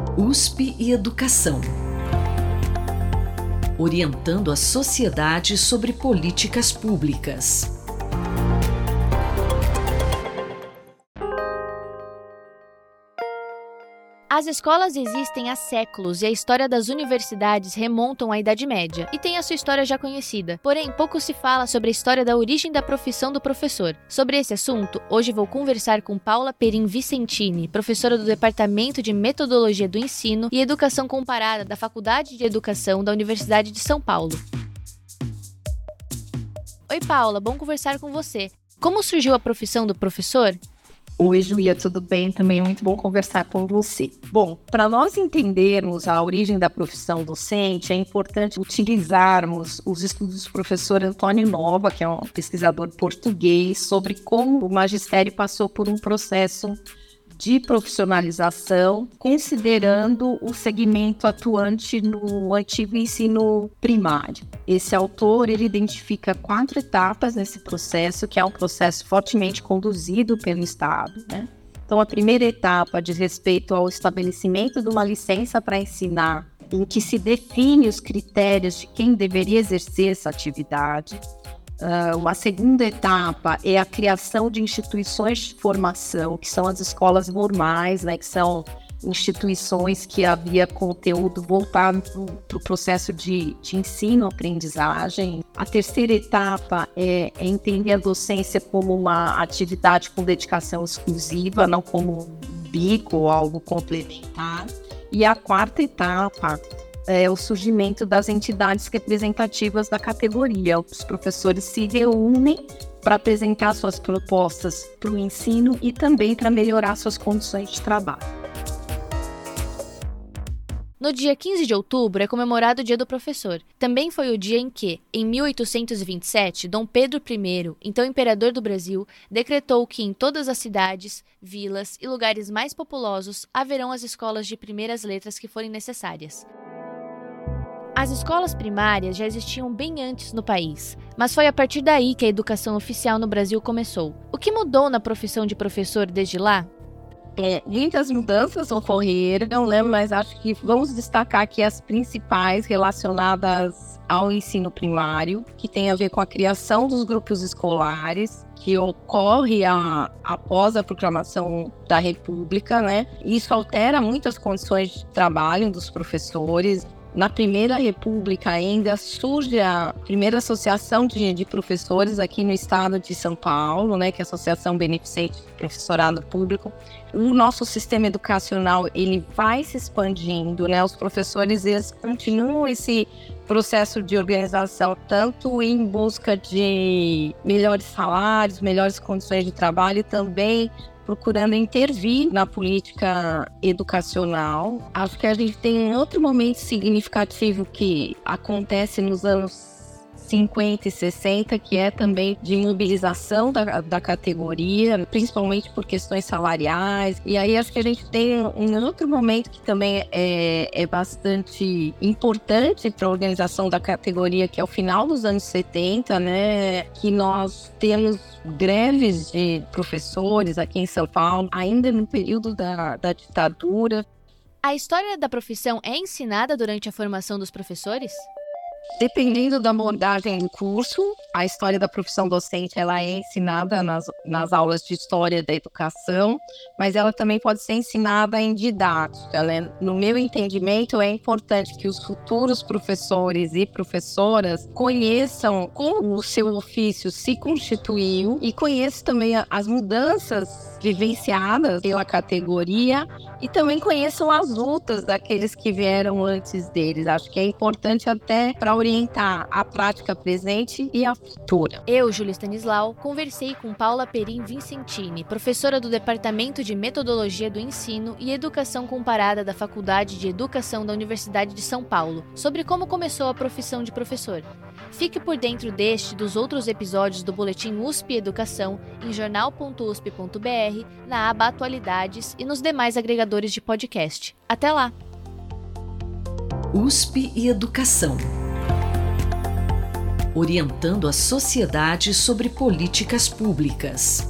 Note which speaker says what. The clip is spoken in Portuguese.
Speaker 1: USP e Educação. Orientando a sociedade sobre políticas públicas.
Speaker 2: As escolas existem há séculos e a história das universidades remontam à Idade Média e tem a sua história já conhecida. Porém, pouco se fala sobre a história da origem da profissão do professor. Sobre esse assunto, hoje vou conversar com Paula Perim Vicentini, professora do Departamento de Metodologia do Ensino e Educação Comparada da Faculdade de Educação da Universidade de São Paulo. Oi, Paula, bom conversar com você. Como surgiu a profissão do professor?
Speaker 3: Oi, Julia, tudo bem? Também é muito bom conversar com você. Bom, para nós entendermos a origem da profissão docente, é importante utilizarmos os estudos do professor Antônio Nova, que é um pesquisador português, sobre como o magistério passou por um processo de profissionalização, considerando o segmento atuante no antigo ensino primário. Esse autor, ele identifica 4 etapas nesse processo, que é um processo fortemente conduzido pelo Estado, né? Então, a primeira etapa diz respeito ao estabelecimento de uma licença para ensinar, em que se define os critérios de quem deveria exercer essa atividade. Uma segunda etapa é a criação de instituições de formação, que são as escolas normais, né, que são instituições que havia conteúdo voltado para o processo de ensino-aprendizagem. A terceira etapa é entender a docência como uma atividade com dedicação exclusiva, não como um bico ou algo complementar. E a quarta etapa é o surgimento das entidades representativas da categoria. Os professores se reúnem para apresentar suas propostas para o ensino e também para melhorar suas condições de trabalho.
Speaker 2: No dia 15 de outubro é comemorado o Dia do Professor. Também foi o dia em que, em 1827, Dom Pedro I, então imperador do Brasil, decretou que em todas as cidades, vilas e lugares mais populosos haverão as escolas de primeiras letras que forem necessárias. As escolas primárias já existiam bem antes no país, mas foi a partir daí que a educação oficial no Brasil começou. O que mudou na profissão de professor desde lá?
Speaker 3: Muitas mudanças ocorreram, né? Mas acho que vamos destacar aqui as principais relacionadas ao ensino primário, que tem a ver com a criação dos grupos escolares, que ocorre após a proclamação da República, né? Isso altera muitas condições de trabalho dos professores. Na Primeira República ainda surge a primeira associação de professores aqui no estado de São Paulo, né, que é a Associação Beneficente de Professorado Público. O nosso sistema educacional, ele vai se expandindo, né? Os professores, eles continuam esse processo de organização, tanto em busca de melhores salários, melhores condições de trabalho e também procurando intervir na política educacional. Acho que a gente tem um outro momento significativo que acontece nos anos 50 e 60, que é também de mobilização da categoria, principalmente por questões salariais. E aí acho que a gente tem um outro momento que também é bastante importante para a organização da categoria, que é o final dos anos 70, né? Que nós temos greves de professores aqui em São Paulo, ainda no período da ditadura.
Speaker 2: A história da profissão é ensinada durante a formação dos professores?
Speaker 3: Dependendo da abordagem do curso, a história da profissão docente ela é ensinada nas aulas de história da educação, mas ela também pode ser ensinada em didática, né? No meu entendimento, é importante que os futuros professores e professoras conheçam como o seu ofício se constituiu e conheçam também as mudanças vivenciadas pela categoria e também conheçam as lutas daqueles que vieram antes deles. Acho que é importante até para orientar a prática presente e a futura.
Speaker 2: Eu, Júlia Stanislau, conversei com Paula Perim Vicentini, professora do Departamento de Metodologia do Ensino e Educação Comparada da Faculdade de Educação da Universidade de São Paulo, sobre como começou a profissão de professor. Fique por dentro deste e dos outros episódios do Boletim USP Educação em jornal.usp.br, na aba Atualidades e nos demais agregadores de podcast. Até lá!
Speaker 1: USP e Educação. Orientando a sociedade sobre políticas públicas.